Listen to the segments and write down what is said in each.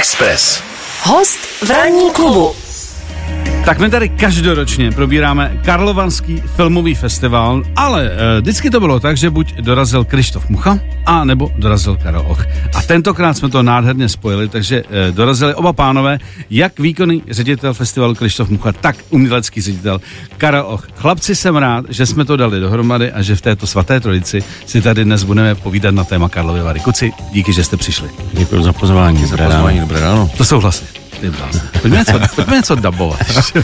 Express. Host v ranní klubu. Tak my tady každoročně probíráme Karlovarský filmový festival, ale vždycky to bylo tak, že buď dorazil Krištof Mucha, a nebo dorazil Karel Och. A tentokrát jsme to nádherně spojili, takže dorazili oba pánové, jak výkonný ředitel festivalu Krištof Mucha, tak umělecký ředitel Karel Och. Chlapci, jsem rád, že jsme to dali dohromady a že v této svaté trojici si tady dnes budeme povídat na téma Karlovy Vary. Kuci, díky, že jste přišli. Děkuji za pozvání. Dobré ráno. To souhlasí. Pojďme něco dabovat.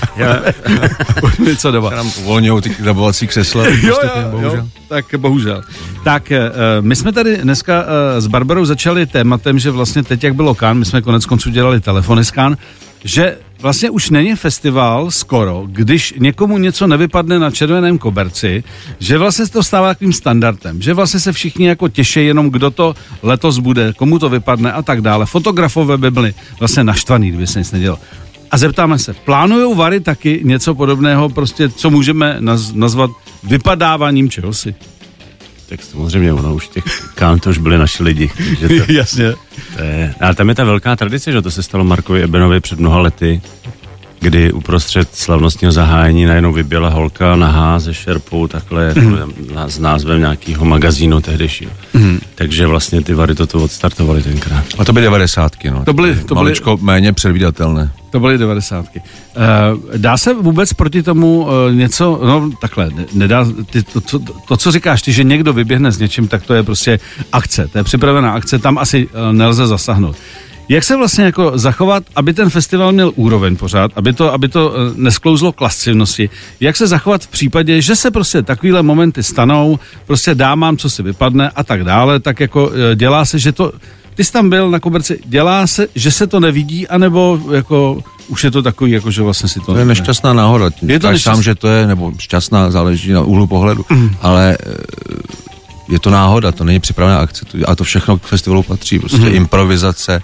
Pojďme něco dabovat. Nám uvolňují ty dabovací křesla. Jo, tak bohužel. Tak my jsme tady dneska s Barbarou začali tématem, že vlastně teď, jak bylo Cannes, my jsme konec konců dělali telefony z Cannes, že vlastně už není festival skoro, když někomu něco nevypadne na červeném koberci, že vlastně se to stává takovým standardem, že vlastně se všichni jako těší jenom, kdo to letos bude, komu to vypadne a tak dále. Fotografové by byli vlastně naštvaný, kdyby se nic nedělo. A zeptáme se, plánujou Vary taky něco podobného, prostě co můžeme nazvat vypadáváním čehosi? Tak samozřejmě, ono už těch Cannes to už byli naši lidi. To, jasně. Ale tam je ta velká tradice, že to se stalo Markovi Ebenovi před mnoha lety, kdy uprostřed slavnostního zahájení najednou vyběla holka nahá se šerpou takhle s názvem nějakého magazínu tehdejšího. Takže vlastně ty Vary toto odstartovaly tenkrát. A to byly 90, no. To byly maličko méně předvídatelné. To byly 90. Dá se vůbec proti tomu něco, no takhle, nedá, to, co říkáš ty, že někdo vyběhne s něčím, tak to je prostě akce, to je připravená akce, tam asi nelze zasáhnout. Jak se vlastně jako zachovat, aby ten festival měl úroveň pořád, aby to nesklouzlo k lascivnosti? Jak se zachovat v případě, že se prostě takovýhle momenty stanou, prostě dámám, co si vypadne a tak dále, tak jako dělá se, že to, ty jsi tam byl na koberci, dělá se, že se to nevidí, anebo jako už je to takový, jako že vlastně si to... To je nešťastná náhoda. Je to sám, že to je, nebo šťastná, záleží na úhlu pohledu, ale... Je to náhoda, to není připravená akce a to všechno k festivalu patří, prostě improvizace,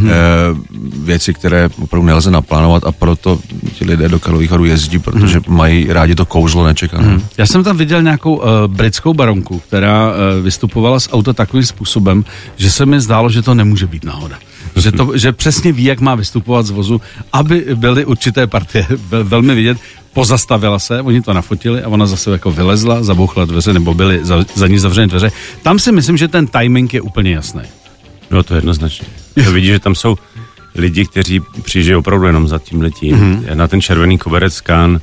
věci, které opravdu nelze naplánovat a proto ti lidé do Karlových Varů jezdí, protože mají rádi to kouzlo nečekané. Já jsem tam viděl nějakou britskou baronku, která vystupovala z auta takovým způsobem, že se mi zdálo, že to nemůže být náhoda. Že přesně ví, jak má vystupovat z vozu, aby byly určité partie velmi vidět. Pozastavila se, oni to nafotili a ona zase jako vylezla, zabouchla dveře, nebo byly za ní zavřené dveře. Tam si myslím, že ten timing je úplně jasný. No to jednoznačně. To vidí, že tam jsou lidi, kteří přijíždějí opravdu jenom za tím letím. Na ten červený koberec Cannes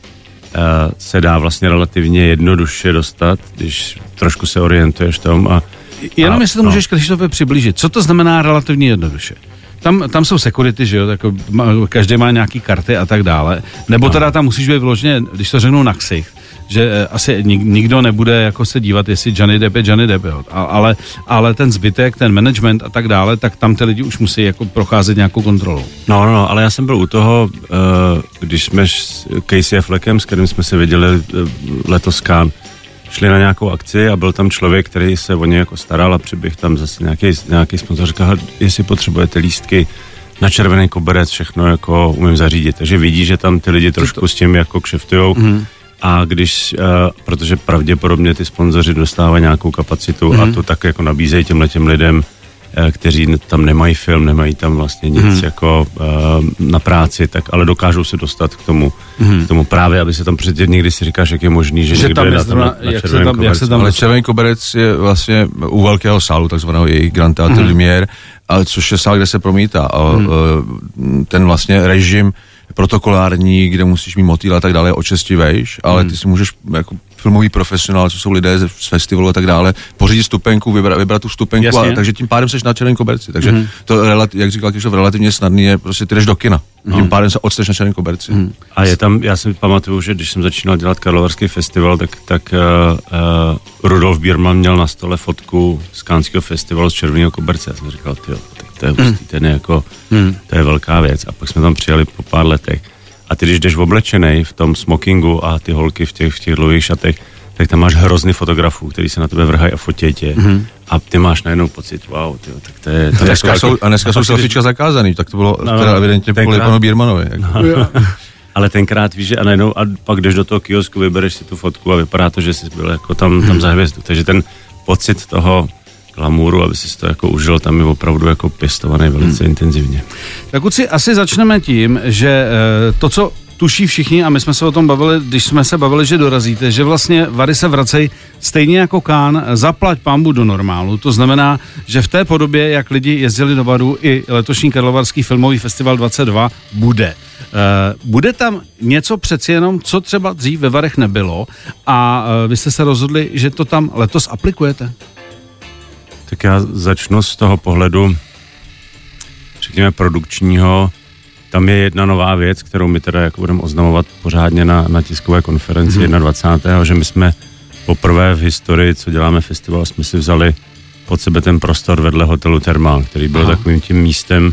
se dá vlastně relativně jednoduše dostat, když trošku se orientuješ tom Jenom jestli to můžeš Krištofe přiblížit. Co to znamená relativně jednoduše? Tam jsou security, že jo, tak každý má nějaký karty a tak dále. Nebo teda tam musíš být vyloženě, když to řeknu na ksicht, že asi nikdo nebude jako se dívat, jestli Johnny Depp je Johnny Depp, jo. Ale ten zbytek, ten management a tak dále, tak tam ty lidi už musí jako procházet nějakou kontrolou. No, ale já jsem byl u toho, když jsme s Casey Affleckem, s kterým jsme se viděli letos Cannes, šli na nějakou akci a byl tam člověk, který se o ně jako staral a přiběh tam zase nějaký sponzor, říkal, jestli potřebujete lístky na červený koberec, všechno jako umím zařídit. Takže vidí, že tam ty lidi trošku s tím jako kšeftujou a když, protože pravděpodobně ty sponzoři dostávají nějakou kapacitu a to tak jako nabízejí těmhletěm lidem, kteří tam nemají film, nemají tam vlastně nic jako na práci, tak ale dokážou se dostat k tomu právě, aby se tam přece někdy si říkáš, jak je možný, že někdo je na červeném koberci. Ale červený koberec je vlastně u velkého sálu, takzvaného jejich Grand Théâtre Lumière, což je sál, kde se promítá. A ten vlastně režim protokolární, kde musíš mít motýl a tak dále, očestivejš, ale ty si můžeš jako filmový profesionál, co jsou lidé z festivalu a tak dále, pořídit stupenku, vybrat tu stupenku, takže tím pádem seš na červeném koberci. Takže to, jak říkal Krištof, relativně snadný je, prostě ty jdeš do kina. Tím pádem se odsteš na červeném koberci. A je tam, já si pamatuju, že když jsem začínal dělat Karlovarský festival, tak Rudolf Biermann měl na stole fotku z Canského festivalu z červeného koberce. Já jsem říkal, tyjo, to je hustý, ten je jako, to je velká věc. A pak jsme tam přijeli po pár letech. A ty, když jdeš oblečenej v tom smokingu a ty holky v těch dlouhých šatech, tak tam máš hrozný fotografů, který se na tebe vrhají a fotí tě. A ty máš najednou pocit, wow, tyjo, tak to je... Dneska jsou selfiečka zakázaný, tak to bylo teda evidentně kvůli panu Biermannovi. Ale tenkrát víš, že a najednou a pak jdeš do toho kiosku, vybereš si tu fotku a vypadá to, že jsi byl jako tam za hvězdu. Takže ten pocit toho glamouru, aby si to jako užil, tam je opravdu jako pěstovaný velice intenzivně. Tak kluci, asi začneme tím, že to, co tuší všichni, a my jsme se o tom bavili, když jsme se bavili, že dorazíte, že vlastně Vary se vracejí stejně jako Cannes, zaplať pambu do normálu. To znamená, že v té podobě, jak lidi jezdili do Varu, i letošní Karlovarský filmový festival 22 bude. Bude tam něco přeci jenom, co třeba dřív ve Varech nebylo, a vy jste se rozhodli, že to tam letos aplikujete? Tak já začnu z toho pohledu, řekněme, produkčního. Tam je jedna nová věc, kterou my teda jako budeme oznamovat pořádně na tiskové konferenci 21. že my jsme poprvé v historii, co děláme festival, jsme si vzali pod sebe ten prostor vedle hotelu Thermal, který byl takovým tím místem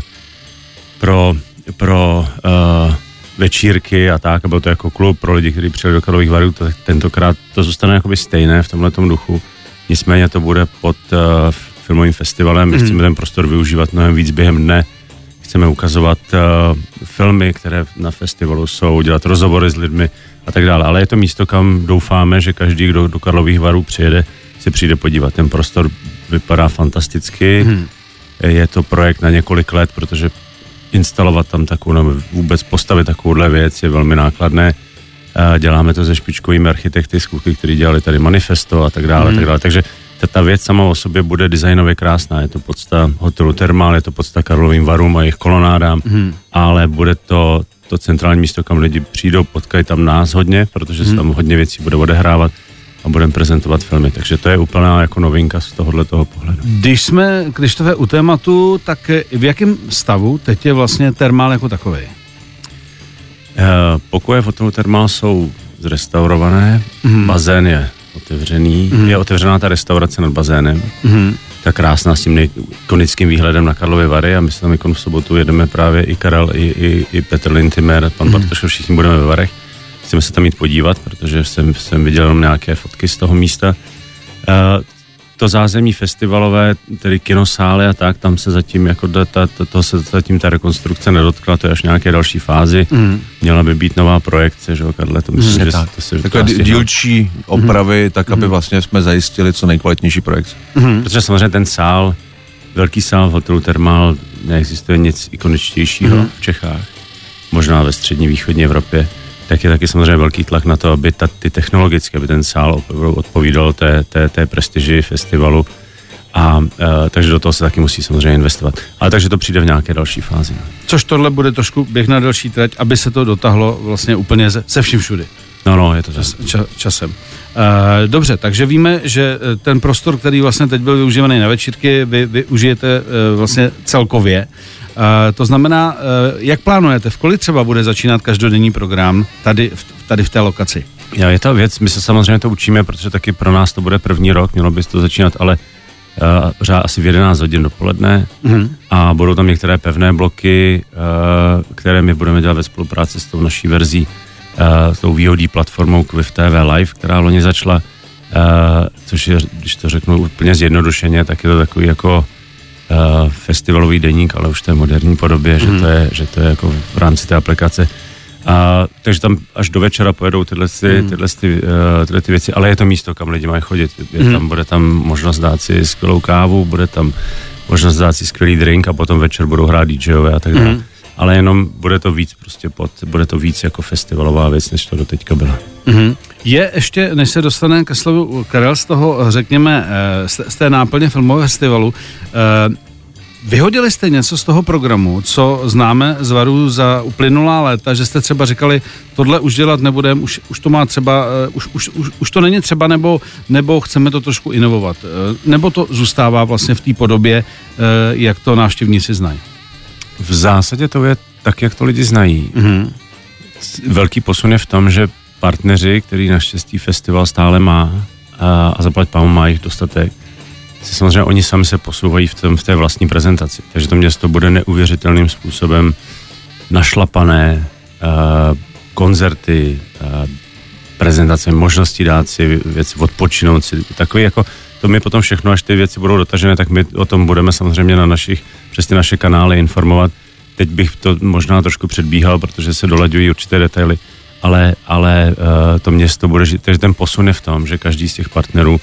pro večírky a tak, a byl to jako klub pro lidi, kteří přijeli do Karlových Varů, tak tentokrát to zůstane jakoby stejné v tomhletom duchu. Nicméně to bude pod filmovým festivalem, my chceme ten prostor využívat mnohem víc během dne, chceme ukazovat filmy, které na festivalu jsou, dělat rozhovory s lidmi a tak dále, ale je to místo, kam doufáme, že každý, kdo do Karlových Varů přijede, si přijde podívat. Ten prostor vypadá fantasticky, je to projekt na několik let, protože instalovat tam takovou, vůbec postavit takovouhle věc je velmi nákladné. Děláme to se špičkovými architekty z Kuky, kteří dělali tady Manifesto a tak dále, tak dále. Takže ta věc sama o sobě bude designově krásná. Je to podsta hotelu Thermal, je to podsta Karlovým Varům a jejich kolonádám, ale bude to centrální místo, kam lidi přijdou, potkají tam nás hodně, protože se tam hodně věcí bude odehrávat a budeme prezentovat filmy. Takže to je úplná jako novinka z tohoto pohledu. Když jsme, Krištofe, u tématu, tak v jakém stavu teď je vlastně Thermal jako takový? Pokoje v hotelu Thermal jsou zrestaurované, bazén je otevřený, je otevřená ta restaurace nad bazénem, ta krásná s tím ikonickým výhledem na Karlovy Vary, a my se tam v sobotu jedeme právě i Karel, i Petr Lintimer, pan Bartoš, všichni budeme ve Varech. Chceme se tam jít podívat, protože jsem viděl jenom nějaké fotky z toho místa. To zázemí festivalové, tedy kinosály a tak, tam se zatím jako zatím ta rekonstrukce nedotkla, to je až nějaké další fázi. Měla by být nová projekce, že jo, Karle, to myslím, že to se takové dílčí opravy, tak aby vlastně jsme zajistili co nejkvalitnější projekce. Protože samozřejmě ten sál, velký sál v hotelu Thermal, neexistuje nic ikoničtějšího v Čechách, možná ve střední východní Evropě, tak je taky samozřejmě velký tlak na to, aby ty technologické, aby ten sál odpovídal té prestiži festivalu, a takže do toho se taky musí samozřejmě investovat. Ale takže to přijde v nějaké další fázi. Což tohle bude trošku běh na další trať, aby se to dotáhlo vlastně úplně se vším všudy. No, je to časem. Dobře, takže víme, že ten prostor, který vlastně teď byl využívaný na večírky, vy využijete vlastně celkově. To znamená, jak plánujete, v kolik třeba bude začínat každodenní program tady v té lokaci? Je ta věc, my se samozřejmě to učíme, protože taky pro nás to bude první rok, mělo by to začínat, ale asi v 11 hodin dopoledne a budou tam některé pevné bloky, které my budeme dělat ve spolupráci s tou naší verzí, s tou VOD platformou Quiff TV Live, která loni začala, což je, když to řeknu úplně zjednodušeně, tak je to takový jako festivalový deník, ale už v té moderní podobě, že to je jako v rámci té aplikace. Takže tam až do večera pojedou tyhle věci, ale je to místo, kam lidi mají chodit. Bude tam možnost dát si skvělou kávu, bude tam možnost dát si skvělý drink a potom večer budou hrát DJové a tak dále. Ale jenom bude to víc bude to víc jako festivalová věc, než to doteďka byla. Je ještě, než se dostane ke slovu Karel, z toho, řekněme, z té náplně filmového festivalu, vyhodili jste něco z toho programu, co známe z Varů za uplynulá léta, že jste třeba říkali, tohle už dělat nebudeme, už to má třeba, už to není třeba, nebo chceme to trošku inovovat, nebo to zůstává vlastně v té podobě, jak to návštěvníci znají? V zásadě to je tak, jak to lidi znají. Velký posun je v tom, že partneři, který naštěstí festival stále má a zaplať pámu má jich dostatek, samozřejmě oni sami se posouvají v té vlastní prezentaci. Takže to město bude neuvěřitelným způsobem našlapané, koncerty, prezentace, možnosti dát si věci, odpočinout si, takový jako, to my potom všechno, až ty věci budou dotažené, tak my o tom budeme samozřejmě přes ty naše kanály informovat. Teď bych to možná trošku předbíhal, protože se dolaďují určité detaily, ale to město bude žít, takže ten posun je v tom, že každý z těch partnerů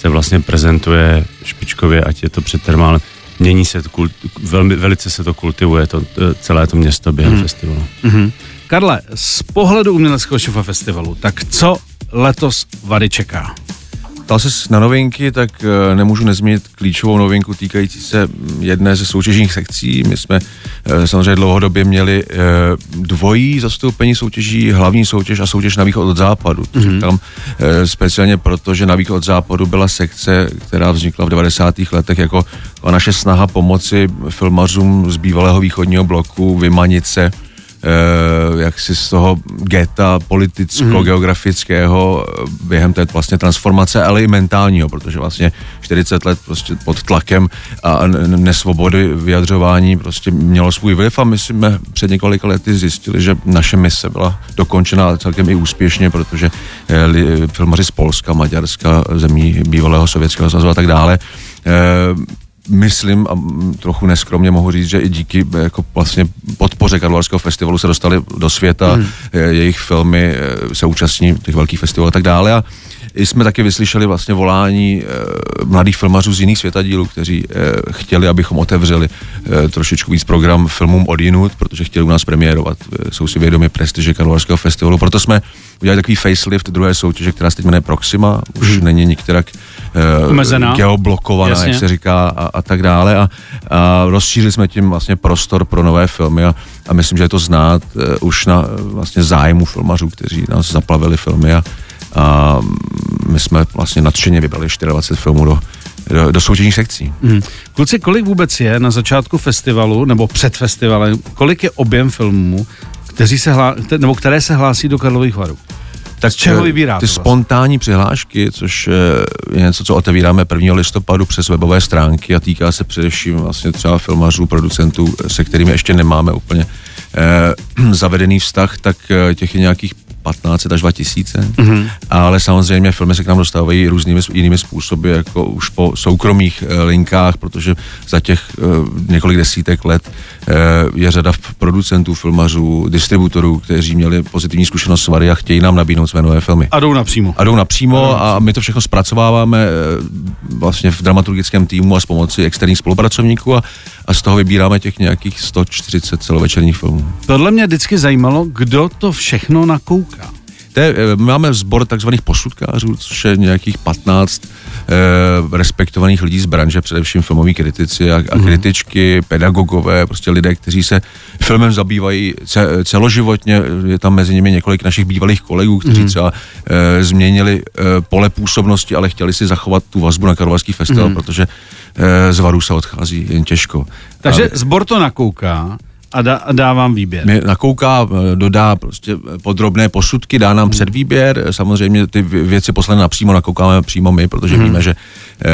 se vlastně prezentuje špičkově, ať je to před termálem. Mění se, velice se to kultivuje, celé to město během festivalu. Karle, z pohledu uměleckého šéfa festivalu, tak co letos Vary čeká? Ptal ses na novinky, tak nemůžu nezmínit klíčovou novinku týkající se jedné ze soutěžních sekcí. My jsme samozřejmě dlouhodobě měli dvojí zastoupení soutěží, hlavní soutěž a soutěž na východ od západu. To říkám speciálně proto, že na východ od západu byla sekce, která vznikla v 90. letech jako naše snaha pomoci filmařům z bývalého východního bloku vymanit se jaksi z toho geta politicko-geografického během té vlastně transformace, ale i mentálního, protože vlastně 40 let prostě pod tlakem a nesvobody vyjadřování prostě mělo svůj vliv a my jsme před několika lety zjistili, že naše mise byla dokončena celkem i úspěšně, protože filmaři z Polska, Maďarska, zemí bývalého Sovětského svazu a tak dále myslím, a trochu neskromně mohu říct, že i díky jako vlastně podpoře Karlovarského festivalu se dostali do světa, jejich filmy se účastní těch velkých festivalů a tak dále a jsme taky vyslyšeli vlastně volání mladých filmařů z jiných světadílů, kteří chtěli, abychom otevřeli trošičku víc program filmům odjinud, protože chtěli u nás premiérovat. Jsou si vědomi prestiže Karlovarského festivalu, proto jsme udělali takový facelift druhé soutěže, která se teď jmenuje Proxima, už není nikterak geoblokovaná, jak se říká a tak dále a rozšířili jsme tím vlastně prostor pro nové filmy a myslím, že je to znát už na vlastně zájmu filmařů, kteří nás zaplavili filmy a my jsme vlastně nadšeně vybrali 24 filmů do soutěžních sekcí. Kluci, kolik vůbec je na začátku festivalu, nebo před festivalem, kolik je objem filmů, které se hlásí do Karlových Varů? Tak z čeho vybíráte? Ty spontánní přihlášky, což je něco, co otevíráme 1. listopadu přes webové stránky a týká se především vlastně třeba filmařů, producentů, se kterými ještě nemáme úplně zavedený vztah, tak těch je nějakých 15 až 2000, ale samozřejmě filmy se k nám dostávají různými jinými způsoby, jako už po soukromých linkách, protože za těch několik desítek let je řada producentů, filmařů, distributorů, kteří měli pozitivní zkušenost s Vary a chtějí nám nabídnout své nové filmy. A jdou napřímo. A my to všechno zpracováváme vlastně v dramaturgickém týmu a s pomocí externích spolupracovníků a z toho vybíráme těch nějakých 140 celovečerních filmů. Tohle mě vždycky zajímalo, kdo to všechno nakouká. Máme sbor takzvaných posudkářů, což je nějakých 15 respektovaných lidí z branže, především filmoví kritici a kritičky, pedagogové, prostě lidé, kteří se filmem zabývají celoživotně. Je tam mezi nimi několik našich bývalých kolegů, kteří třeba změnili pole působnosti, ale chtěli si zachovat tu vazbu na Karlovarský festival, protože z Varů se odchází jen těžko. Takže sbor to nakouká a dá vám výběr. Nakouká, dodá prostě podrobné posudky, dá nám předvýběr, samozřejmě ty věci poslané napřímo nakoukáme přímo my, protože víme, že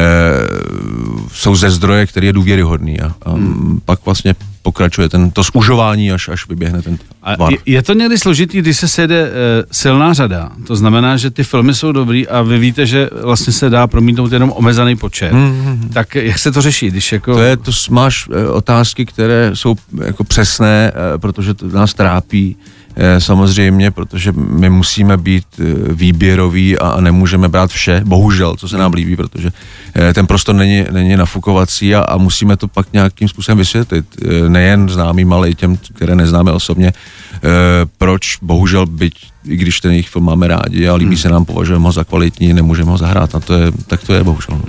jsou ze zdroje, který je důvěryhodný a pak vlastně pokračuje to zužování, až vyběhne ten var. Je to někdy složitý, když se sejde silná řada, to znamená, že ty filmy jsou dobrý a vy víte, že vlastně se dá promítnout jenom omezený počet. Tak jak se to řeší, když jako... To máš otázky, které jsou jako přesné, protože to nás trápí samozřejmě, protože my musíme být výběroví a nemůžeme brát vše, bohužel, co se nám líbí, protože ten prostor není nafukovací a musíme to pak nějakým způsobem vysvětlit. Nejen známým, ale i těm, které neznáme osobně, proč bohužel byť, i když ten jejich film máme rádi a líbí se nám, považujeme ho za kvalitní, nemůžeme ho zahrát. Tak to je bohužel.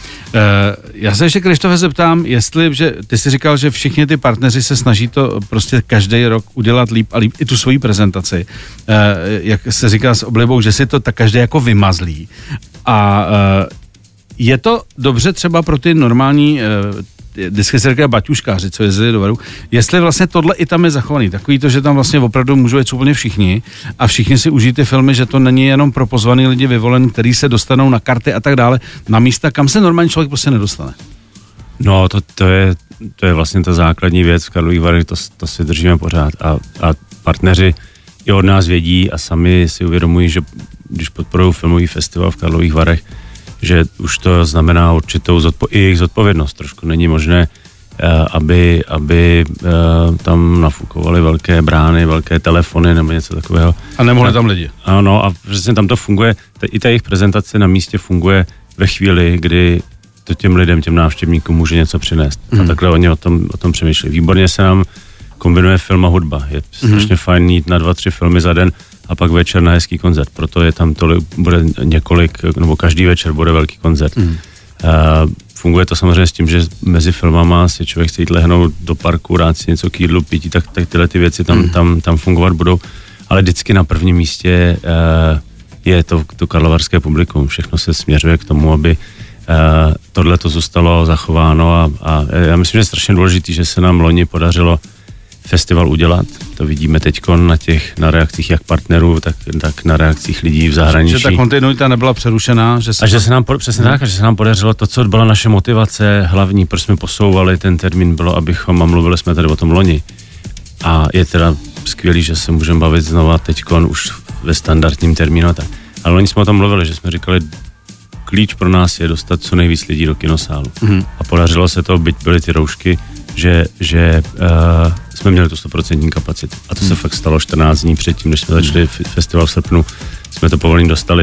Já se ještě, Krištofe, zeptám, že ty jsi říkal, že všichni ty partneři se snaží to prostě každý rok udělat líp a líp i tu svoji prezentaci. Jak se říká s oblibou, že si to tak každý jako vymazlí. A je to dobře třeba pro ty normální vždycky se říká baťuškáři, co jezdili do Varu, jestli vlastně tohle i tam je zachovaný. Takový to, že tam vlastně opravdu můžou jít úplně všichni a všichni si užijí ty filmy, že to není jenom pro pozvaný lidi vyvolený, který se dostanou na karty a tak dále, na místa, kam se normální člověk prostě nedostane. No, to je vlastně ta základní věc v Karlových Varech, to si držíme pořád a partneři i od nás vědí a sami si uvědomují, že když podporují filmový festival v Karlových Varech, že už to znamená určitou i jejich zodpovědnost. Trošku není možné, aby tam nafukovali velké brány, velké telefony nebo něco takového. A nemohli tam lidi. Ano, a přesně tam to funguje, i ta jejich prezentace na místě funguje ve chvíli, kdy to těm lidem, těm návštěvníkům může něco přinést. A takhle oni o tom přemýšlí. Výborně se nám kombinuje film a hudba. Je strašně fajn jít na 2-3 filmy za den a pak večer na hezký koncert. Proto je tam bude několik, nebo každý večer bude velký koncert. Funguje to samozřejmě s tím, že mezi filmama si člověk chce jít lehnout do parku, rád si něco k jídlu, pití, tak tyhle ty věci tam fungovat budou. Ale vždycky na prvním místě je to karlovarské publikum. Všechno se směřuje k tomu, aby tohle to zůstalo zachováno a já myslím, že je strašně důležitý, že se nám loni podařilo festival udělat. To vidíme teďko na reakcích jak partnerů, tak na reakcích lidí v zahraničí. Že ta kontinuita nebyla přerušená. Že se nám podařilo to, co byla naše motivace hlavní, proč jsme posouvali ten termín, bylo, abychom, a mluvili jsme tady o tom loni. A je teda skvělý, že se můžeme bavit znova teďko už ve standardním termínu. Tak. Ale loni jsme o tom mluvili, že jsme říkali, klíč pro nás je dostat co nejvíc lidí do kinosálu. A podařilo se to, byť byly ty roušky, že jsme měli tu 100% kapacitu. A to se fakt stalo 14 dní předtím, než jsme začali festival v srpnu, jsme to povolení dostali.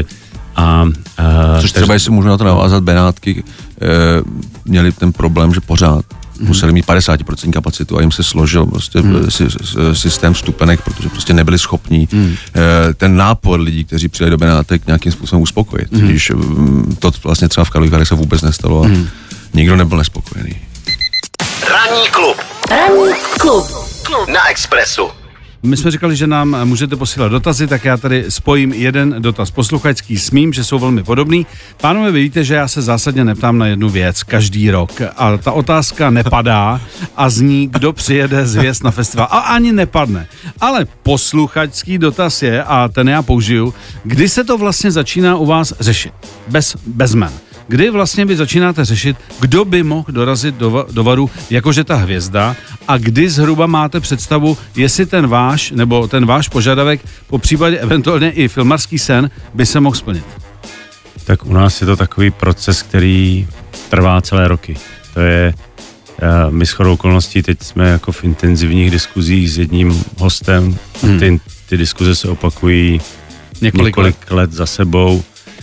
Což třeba, jestli můžu na to navázat, Benátky měli ten problém, že pořád museli mít 50% kapacitu a jim se složil prostě systém vstupenek, protože prostě nebyli schopní ten nápor lidí, kteří přijeli do Benátek, nějakým způsobem uspokojit. Když to vlastně třeba v Karlových Varech se vůbec nestalo a nikdo nebyl nespokojený. Ranní klub na Expressu. My jsme říkali, že nám můžete posílat dotazy, tak já tady spojím jeden dotaz posluchačský s mým, že jsou velmi podobný. Pánové, vy víte, že já se zásadně neptám na jednu věc každý rok a ta otázka nepadá a zní, kdo přijede z hvězd na festival. A ani nepadne. Ale posluchačský dotaz je, a ten já použiju, kdy se to vlastně začíná u vás řešit? Bez jmen. Kdy vlastně vy začínáte řešit, kdo by mohl dorazit do Varu jakože ta hvězda a kdy zhruba máte představu, jestli ten váš požadavek, po případě eventuálně i filmarský sen, by se mohl splnit? Tak u nás je to takový proces, který trvá celé roky. To je, my shodou okolností teď jsme jako v intenzivních diskuzích s jedním hostem. Ty diskuze se opakují několik let za sebou.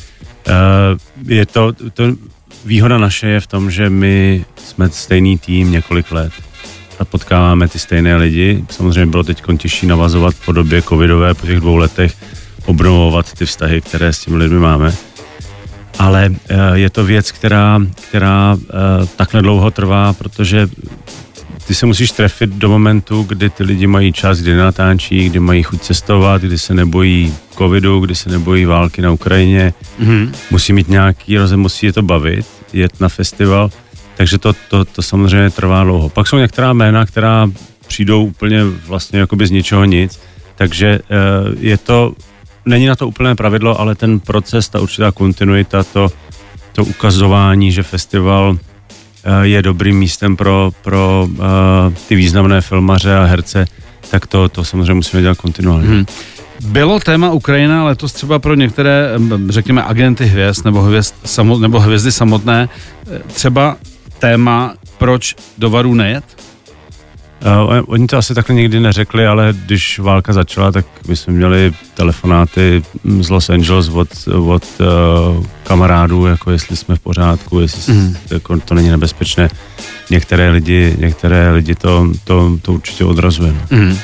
Je to výhoda naše je v tom, že my jsme stejný tým několik let a potkáváme ty stejné lidi. Samozřejmě bylo teď těžší navazovat po době covidové, po těch 2 letech obnovovat ty vztahy, které s těmi lidmi máme. Ale je to věc, která takhle dlouho trvá, protože ty se musíš trefit do momentu, kdy ty lidi mají čas, kdy natáčí, kdy mají chuť cestovat, kdy se nebojí covidu, kdy se nebojí války na Ukrajině. Musí mít nějaký rozum, musí je to bavit, jet na festival, takže to samozřejmě trvá dlouho. Pak jsou některá jména, která přijdou úplně vlastně jakoby z ničeho nic, takže není na to úplné pravidlo, ale ten proces, ta určitá kontinuita, to ukazování, že festival je dobrým místem pro ty významné filmaře a herce, tak to samozřejmě musíme dělat kontinuálně. Bylo téma Ukrajina letos třeba pro některé, řekněme, agenty hvězd nebo hvězdy samotné, třeba téma, proč do Varu nejet? Oni to asi takhle nikdy neřekli, ale když válka začala, tak my jsme měli telefonáty z Los Angeles od kamarádů, jako jestli jsme v pořádku, jestli jako to není nebezpečné. Některé lidi to určitě odrazuje.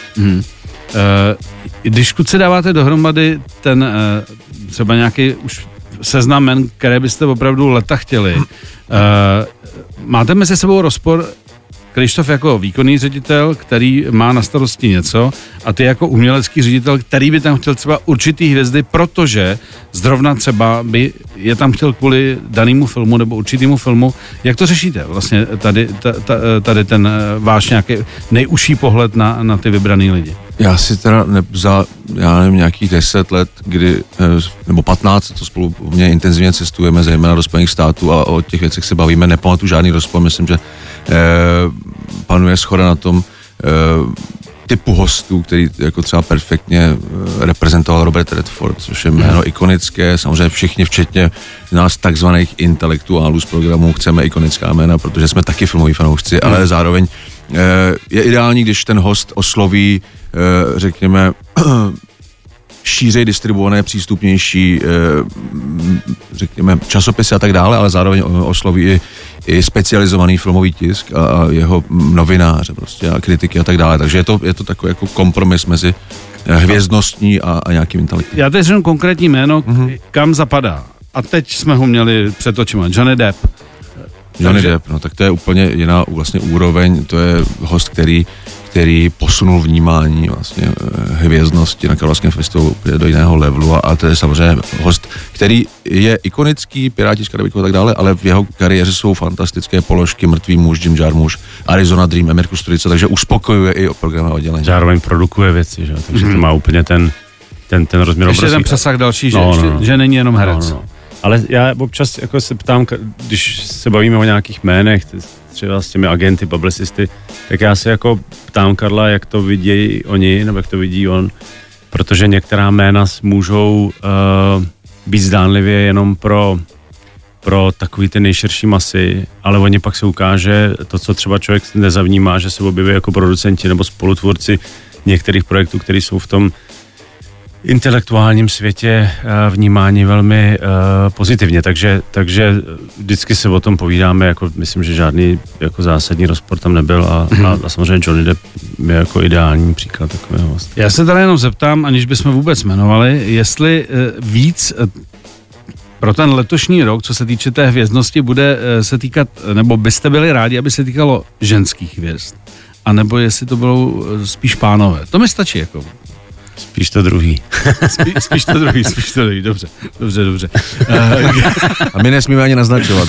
Když kluci dáváte dohromady ten třeba nějaký už seznam men, které byste opravdu leta chtěli, máte mezi sebou rozpor Kryštof jako výkonný ředitel, který má na starosti něco, a ty jako umělecký ředitel, který by tam chtěl třeba určitý hvězdy, protože zrovna třeba by je tam chtěl kvůli danému filmu nebo určitému filmu. Jak to řešíte vlastně tady ten váš nějaký nejužší pohled na ty vybraný lidi? Já si teda já nevím, nějakých 10 let, nebo 15, to spolu mě intenzivně cestujeme, zejména do Spojených států a o těch věcech se bavíme, nepamatuju žádný rozpor, myslím, že panuje shoda na tom typu hostů, který jako třeba perfektně reprezentoval Robert Redford, což je jméno ikonické, samozřejmě všichni, včetně nás takzvaných intelektuálů z programu, chceme ikonická jména, protože jsme taky filmoví fanoušci, ale zároveň je ideální, když ten host osloví, řekněme, šířej distribuované, přístupnější, řekněme, časopisy a tak dále, ale zároveň osloví i specializovaný filmový tisk a jeho novináře prostě a kritiky a tak dále. Takže je to takový jako kompromis mezi hvězdnostní a nějakým intelektem. Já teď řeknu konkrétní jméno, kam zapadá. A teď jsme ho měli před očima. Johnny Depp. Depp, no tak to je úplně jiná vlastně úroveň, to je host, který posunul vnímání vlastně hvězdnosti na Karlovarském festivalu do jiného levelu a to je samozřejmě host, který je ikonický, Piráti z Karibiku a tak dále, ale v jeho kariéře jsou fantastické položky, Mrtvý muž, Jim Jarmusch, Arizona Dream, Emir Kusturica, takže uspokojuje i programové oddělení. Zároveň produkuje věci, že? Takže to má úplně ten rozměr obrovský. Ještě ten přesah další, že není jenom herec. No. Ale já občas jako se ptám, když se bavíme o nějakých jménech, třeba s těmi agenty, publicisty, tak já se jako ptám Karla, jak to vidí oni, nebo jak to vidí on, protože některá jména můžou být zdánlivě jenom pro takový ty nejširší masy, ale oni pak se ukáže to, co třeba člověk nezavnímá, že se objeví jako producenti nebo spolutvůrci některých projektů, které jsou v tom intelektuálním světě vnímání velmi pozitivně, takže vždycky se o tom povídáme, jako myslím, že žádný jako zásadní rozpor tam nebyl a samozřejmě Johnny Depp je jako ideální příklad takového vlastně. Já se tady jenom zeptám, aniž bychom vůbec jmenovali, jestli víc pro ten letošní rok, co se týče té hvězdnosti, bude se týkat, nebo byste byli rádi, aby se týkalo ženských hvězd, anebo jestli to bylo spíš pánové. To mi stačí jako. Spíš to druhý. Spíš to druhý, dobře. A my nesmíme ani naznačovat.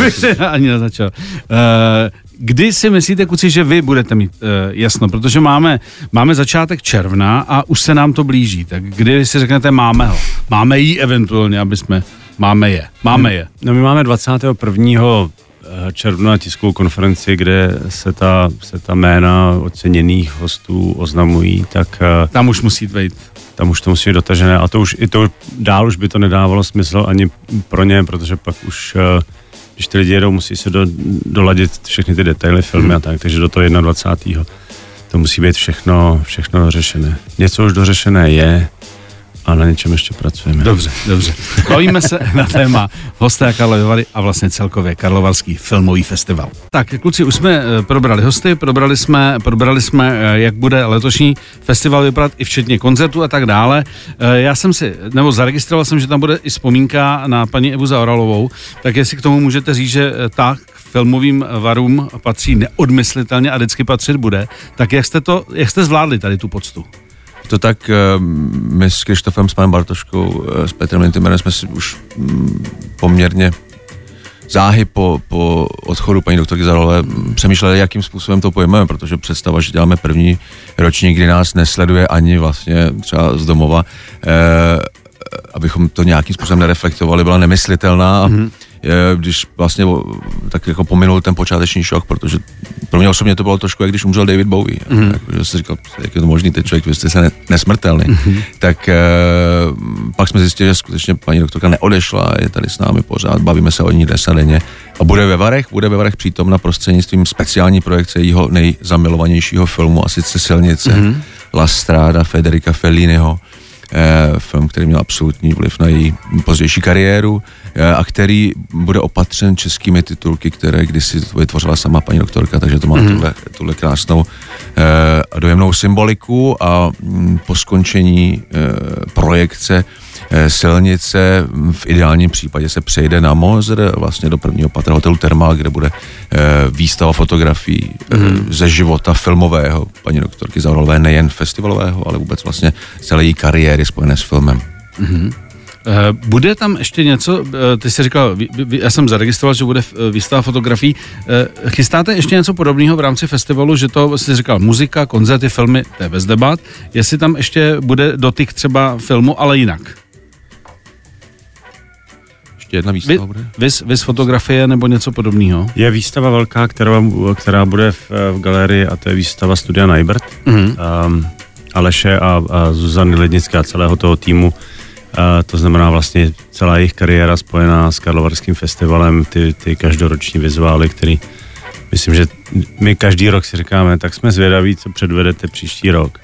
Kdy si myslíte, kluci, že vy budete mít jasno? Protože máme začátek června a už se nám to blíží. Tak kdy si řeknete, máme jí eventuálně, máme je. No my máme 21. června tiskovou konferenci, kde se ta jména oceněných hostů oznamují, tak tam už musí vejít. Tam už to musí být dotažené a to dál už by to nedávalo smysl ani pro ně, protože pak už, když ty lidi jedou, musí se doladit všechny ty detaily filmy a tak, takže do toho 21. to musí být všechno dořešené. Něco už dořešené je, a na něčem ještě pracujeme. Dobře. Bavíme se na téma hosté Karlovy Vary a vlastně celkově Karlovarský filmový festival. Tak, kluci, už jsme probrali hosty, probrali jsme, jak bude letošní festival vypadat i včetně koncertů a tak dále. Já jsem zaregistroval jsem, že tam bude i vzpomínka na paní Evu Zaoralovou, tak jestli k tomu můžete říct, že ta k filmovým varům patří neodmyslitelně a vždycky patřit bude, tak jak jste zvládli tady tu poctu? To tak my s Krištofem, s panem Bartoškou, s Petrem Lintimerem jsme si už poměrně záhy po odchodu paní doktorky Zaoralové přemýšleli, jakým způsobem to pojmeme, protože představa, že děláme první ročník, kdy nás nesleduje ani vlastně třeba z domova, abychom to nějakým způsobem nereflektovali, byla nemyslitelná. Když vlastně tak jako pominul ten počáteční šok, protože pro mě osobně to bylo trošku, jak když umřel David Bowie. Že jsem říkal, jak je to možný, ten člověk, vy jste se nesmrtelný. Tak pak jsme zjistili, že skutečně paní doktorka neodešla, je tady s námi pořád, bavíme se o ní dnes a denně. A bude ve Varech přítomna prostřednictvím speciální projekce jejího nejzamilovanějšího filmu, a sice Silnice, La Strada Federica Felliniho. Film, který měl absolutní vliv na její pozdější kariéru a který bude opatřen českými titulky, které kdysi vytvořila sama paní doktorka, takže to má tuhle krásnou a dojemnou symboliku a po skončení projekce Silnice v ideálním případě se přejde na Mozr, vlastně do prvního patra hotelu Thermal, kde bude výstava fotografií ze života filmového paní doktorky Zaoralové, nejen festivalového, ale vůbec vlastně celé její kariéry spojené s filmem. Bude tam ještě něco, ty jsi říkal, já jsem zaregistroval, že bude výstava fotografií. Chystáte ještě něco podobného v rámci festivalu, že to jsi říkal muzika, koncerty, filmy, to je bez debat. Jestli tam ještě bude dotyk třeba filmu, ale jinak. Jedna výstava bude? Vys fotografie nebo něco podobného? Je výstava velká, která bude v galerii, a to je výstava Studia Neibert. Aleše a Zuzany Lednické a celého toho týmu. To znamená vlastně celá jejich kariéra spojená s Karlovarským festivalem, ty každoroční vizuály, který myslím, že my každý rok si říkáme, tak jsme zvědaví, co předvedete příští rok.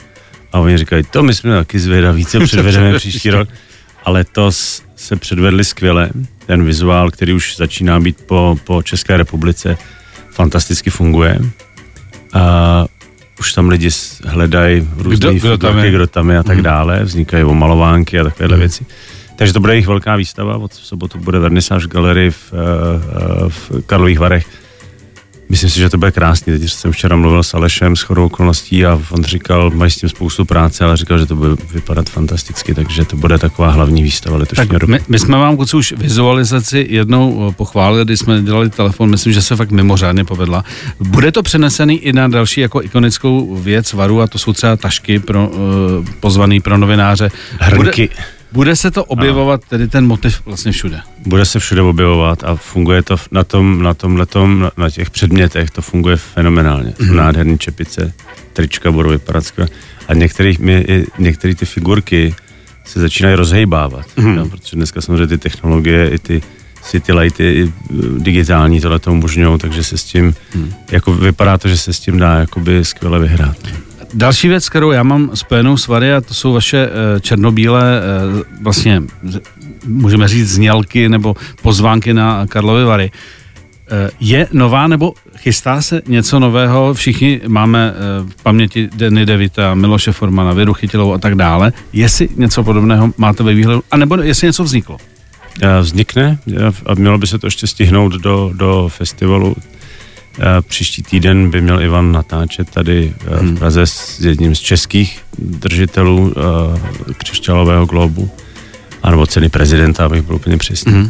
A oni říkají, to my jsme taky zvědaví, co předvedeme příští rok. Ale to se předvedli skvěle. Ten vizuál, který už začíná být po České republice, fantasticky funguje. A už tam lidi hledají různý figurky, kdo tam je a tak dále. Vznikají omalovánky a takovéhle věci. Takže to bude jejich velká výstava. Od sobotu bude vernisáž v galerii v Karlových Varech. Myslím si, že to bude krásný. Teď jsem včera mluvil s Alešem s shodou okolností a on říkal, mají s tím spoustu práce, ale říkal, že to bude vypadat fantasticky, takže to bude taková hlavní výstava letošního roku. My jsme vám, kluci, už vizualizaci jednou pochválili, když jsme dělali telefon, myslím, že se fakt mimořádně povedla. Bude to přenesený i na další jako ikonickou věc Varu, a to jsou třeba tašky pozvaný pro novináře. Hrnky. Bude se to objevovat, tedy ten motiv vlastně všude? Bude se všude objevovat a funguje to na těch předmětech, to funguje fenomenálně. Nádherný čepice, trička budou vypadat skvěle. A některé ty figurky se začínají rozhejbávat, protože dneska samozřejmě ty technologie, i ty city lighty, digitální tohle to umožňují, takže se s tím, jako vypadá to, že se s tím dá jakoby skvěle vyhrát. Další věc, kterou já mám spojenou s Vary, a to jsou vaše černobílé, vlastně můžeme říct znělky nebo pozvánky na Karlovy Vary. Je nová nebo chystá se něco nového? Všichni máme v paměti Denny DeVita, Miloše Formana, Věru Chytilovou a tak dále. Jestli něco podobného máte ve výhledu, anebo jestli něco vzniklo? Vznikne a mělo by se to ještě stihnout do festivalu. Příští týden by měl Ivan natáčet tady v Praze s jedním z českých držitelů křišťálového globu, anebo ceny prezidenta, abych byl úplně přesný.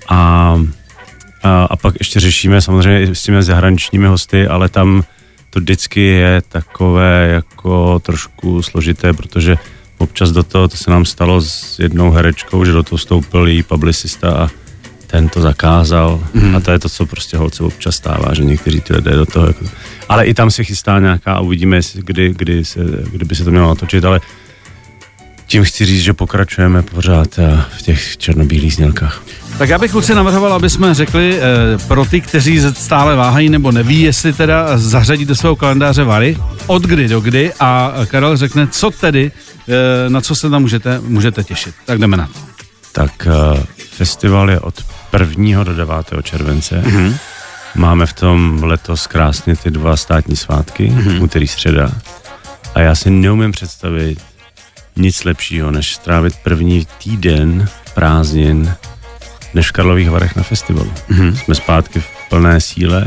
A pak ještě řešíme samozřejmě i s těmi zahraničními hosty, ale tam to vždycky je takové jako trošku složité, protože občas to se nám stalo s jednou herečkou, že do toho vstoupil její publicista a ten to zakázal a to je to, co prostě holce občas stává, že někteří ty lidé do toho jako... Ale i tam se chystá nějaká a uvidíme, kdy by se to mělo natočit, ale tím chci říct, že pokračujeme pořád v těch černobílých znělkách. Tak já bych, kluci, navrhoval, aby jsme řekli pro ty, kteří stále váhají nebo neví, jestli teda zařadí do svého kalendáře Vary, od kdy do kdy, a Karel řekne, co tedy, na co se tam můžete těšit. Tak jdeme na to. Tak festival je od 1. do 9. července. Máme v tom letos krásně ty 2 státní svátky, úterý, středa. A já si neumím představit nic lepšího, než strávit první týden prázdnin než v Karlových Varech na festivalu. Jsme zpátky v plné síle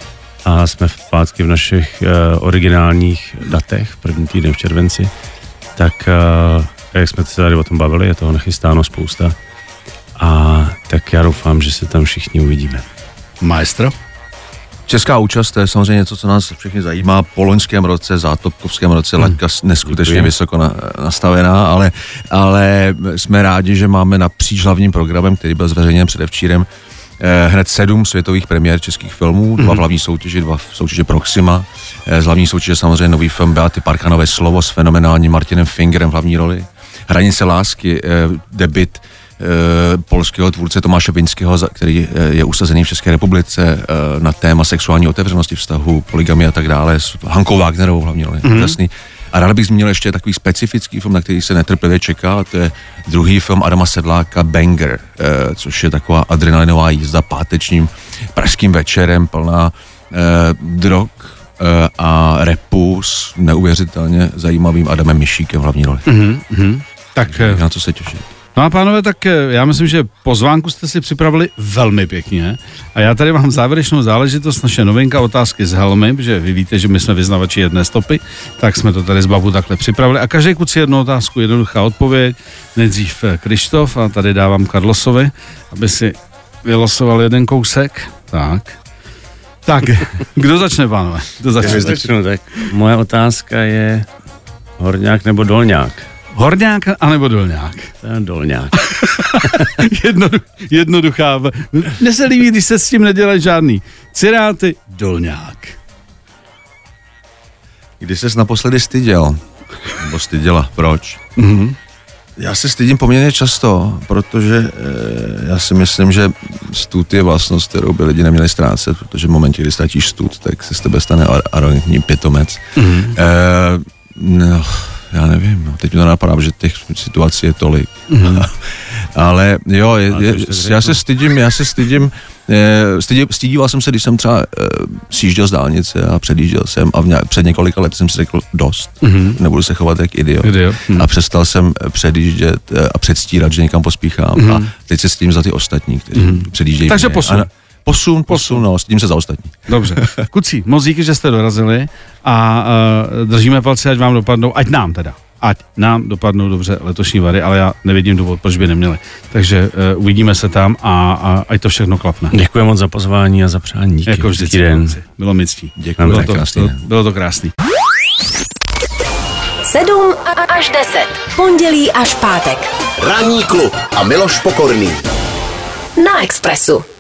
a jsme zpátky v našich originálních datech, první týden v červenci. Tak jak jsme se tady o tom bavili, je toho nachystáno spousta. A tak já doufám, že se tam všichni uvidíme. Maestro? Česká účast, to je samozřejmě něco, co nás všechny zajímá. Po loňském roce, zátopkovském roce, laťka neskutečně vysoko nastavená, ale jsme rádi, že máme napříč hlavním programem, který byl zveřejněn předevčírem, hned 7 světových premiér českých filmů, 2 v hlavní soutěži, 2 v soutěži Proxima. Z hlavní soutěže samozřejmě nový film Beaty Parkanové Slovo s fenomenálním Martinem Fingerem v hlavní roli. Hranice lásky, debut polského tvůrce Tomáše Biňského, který je usazený v České republice na téma sexuální otevřenosti vztahu, poligamie a tak dále, s Hankou Wagnerovou hlavní roli. Jasný. A rád bych zmínil ještě takový specifický film, na který se netrpělivě čeká, a to je druhý film Adama Sedláka Banger, což je taková adrenalinová jízda pátečním pražským večerem plná drog a rapu s neuvěřitelně zajímavým Adamem Mišíkem v hlavní roli. Tak na co se těším. No a pánové, tak já myslím, že pozvánku jste si připravili velmi pěkně a já tady mám závěrečnou záležitost, naše novinka otázky z helmy, protože vy víte, že my jsme vyznavači jedné stopy, tak jsme to tady z Babu takhle připravili a každý kluci jednu otázku, jednoduchá odpověď, nejdřív Krištof a tady dávám Carlosovi, aby si vylosoval jeden kousek, tak, kdo začne, pánové? Tak moje otázka je horňák nebo dolňák? Horňák anebo dolňák? To je dolňák. Jednoduchá. Mně se líbí, když se s tím nedělají žádný ciráty, dolňák. Kdy ses naposledy styděl? Nebo styděla? Proč? Já se stydím poměrně často, protože já si myslím, že stud je vlastnost, kterou by lidi neměli ztrácet, protože v momentě, kdy ztratíš stud, tak se z tebe stane arrogantní pitomec. já nevím, no, teď mi to napadá, že těch situací je tolik. Ale jo, já se stydím, stydíval jsem se, když jsem třeba sjížděl z dálnice a předjížděl jsem a před několika lety jsem si řekl dost, nebudu se chovat jak idiot. A přestal jsem předjíždět a předstírat, že někam pospíchám a teď se stydím za ty ostatní, kteří předjíždějí. Takže posun. Posun, no, stydím se za ostatní. Dobře. Kucí, moc díky, že jste dorazili a držíme palce, ať vám dopadnou, ať nám dopadnou dobře letošní Vary, ale já nevidím důvod, proč by neměli. Takže uvidíme se tam a ať to všechno klapne. Děkuji moc za pozvání a za přání. Díky. Jako vždycky. Bylo mi ctí. Děkuji. Bylo to krásný. 7 až 10. Pondělí až pátek. Ranní klub a Miloš Pokorný. Na Expressu.